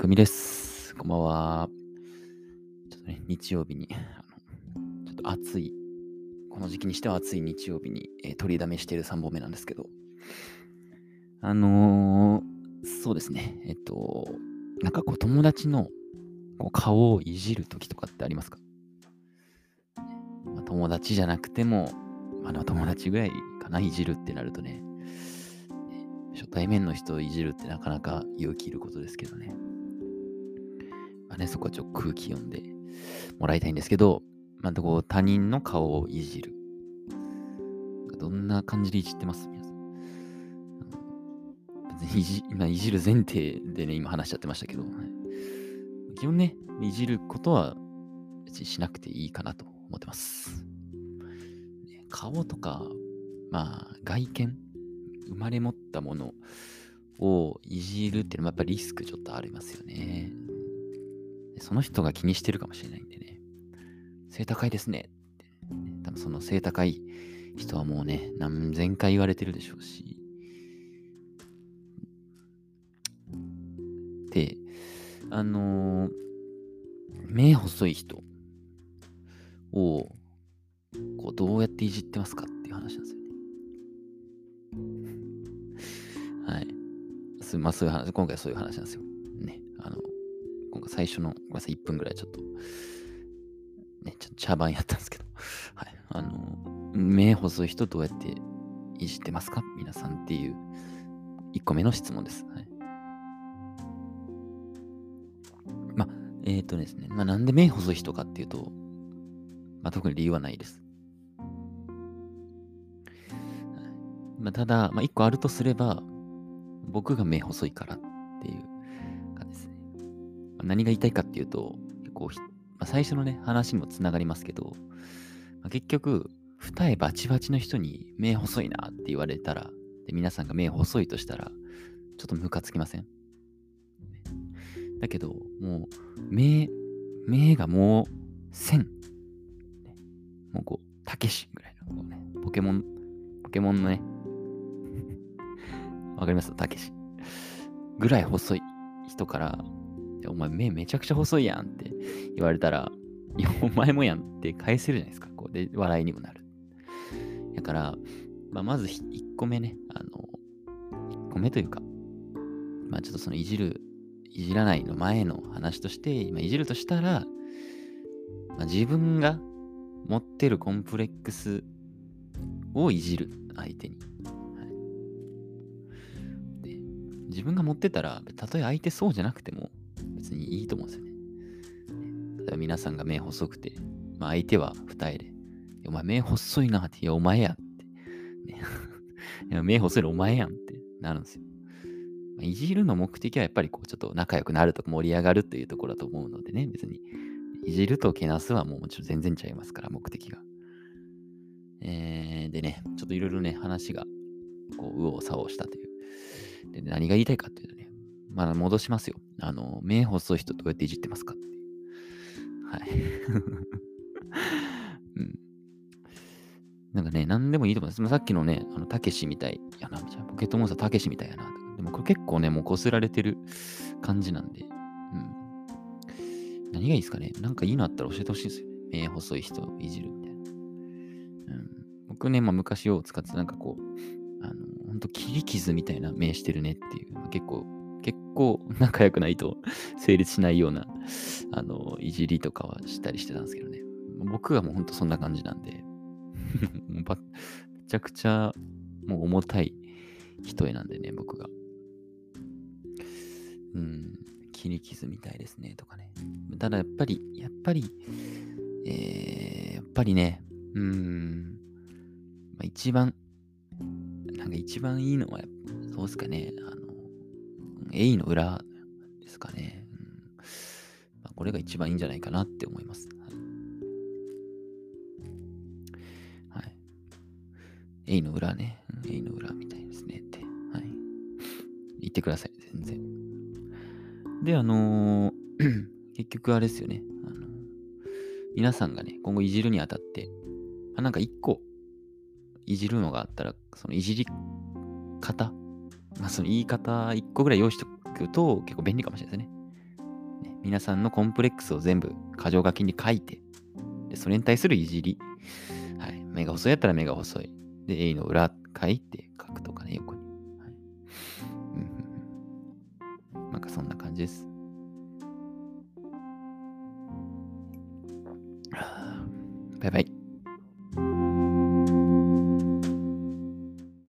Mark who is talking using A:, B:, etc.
A: 匠です。こんばんは。ちょっとね、日曜日に、ちょっと暑い、この時期にしては暑い日曜日に、取りだめしている3本目なんですけど、そうですね、なんかこう友達のこう顔をいじる時とかってありますか？友達じゃなくても、友達ぐらいかな、いじるってなるとね、初対面の人をいじるってなかなか勇気いることですけどね。そこはちょっと空気読んでもらいたいんですけど、こう他人の顔をいじる。どんな感じでいじってます皆さん。別に今いじる前提でね、今話しちゃってましたけど、はい。基本ね、いじることは別にしなくていいかなと思ってます。顔とか、外見、生まれ持ったものをいじるっていうのもやっぱりリスクちょっとありますよね。その人が気にしてるかもしれないんでね。背高いですねって、多分その背高い人はもうね、何千回言われてるでしょうし。で、あのー目細い人をこうどうやっていじってますかっていう話なんですよね。はい。そういう話、今回はそういう話なんですよ。ね。今回最初の、ごめんなさい、1分ぐらいちょっと、ね、ちょっと茶番やったんですけど、はい。目細い人どうやっていじってますか皆さんっていう1個目の質問です。はい。ですね。なんで目細い人かっていうと、特に理由はないです。ただ、1個あるとすれば、僕が目細いからっていう感じですね。何が言いたいかっていうと、結構最初のね、話にもつながりますけど、結局、二重バチバチの人に目細いなって言われたら、で、皆さんが目細いとしたら、ちょっとムカつきません？だけど、もう、目がもう、線。もうこう、たけしぐらいの、こうね、ポケモンのね、わかりますたけし。ぐらい細い人から、お前目めちゃくちゃ細いやんって言われたら、いや、お前もやんって返せるじゃないですか。こうで、笑いにもなる。だから、まず1個目ね、1個目というか、ちょっとそのいじらないの前の話として、いじるとしたら、自分が持ってるコンプレックスをいじる、相手に。はい、で、自分が持ってたら、たとえ相手そうじゃなくても、別にいいと思うんですよね。例えば皆さんが目細くて、相手は二重で、お前目細いなって、いや、お前やんって。ね、いや目細いのお前やんってなるんですよ。いじるの目的はやっぱりこうちょっと仲良くなるとか盛り上がるというところだと思うのでね、別に。いじるとけなすはもうもちろん全然ちゃいますから、目的が。でね、ちょっといろいろね、話がこう、右往左往したという。で、何が言いたいかっていうとね、戻しますよ。目細い人どうやっていじってますかっていう。はい。うん。なんかね、何でもいいと思います。さっきのね、たけしみたいやな、みたいな。ポケットモンスターたけしみたいやな。でもこれ結構ね、もう擦られてる感じなんで、何がいいですかね。なんかいいのあったら教えてほしいですよね。目細い人いじるみたいな。僕ね、昔を使ってなんかこう、ほんと切り傷みたいな目してるねっていう、結構仲良くないと成立しないような、いじりとかはしたりしてたんですけどね。僕はもうほんとそんな感じなんで、めちゃくちゃもう重たい人絵なんでね、僕が。切り傷みたいですね、とかね。ただやっぱりやっぱりね、一番いいのは、そうですかね、エイの裏ですかね。これが一番いいんじゃないかなって思います。はい。エイの裏ね。エイの裏みたいですねって。はい。言ってください、全然。で、結局あれですよね。皆さんがね、今後いじるにあたって、なんか一個いじるのがあったら、そのいじり方、その言い方一個ぐらい用意しておくと結構便利かもしれないですね。 皆さんのコンプレックスを全部箇条書きに書いて、でそれに対するいじり。はい。目が細いやったら目が細い。で、A の裏書いて書くとかね、横に。はい。なんかそんな感じです。バイバイ。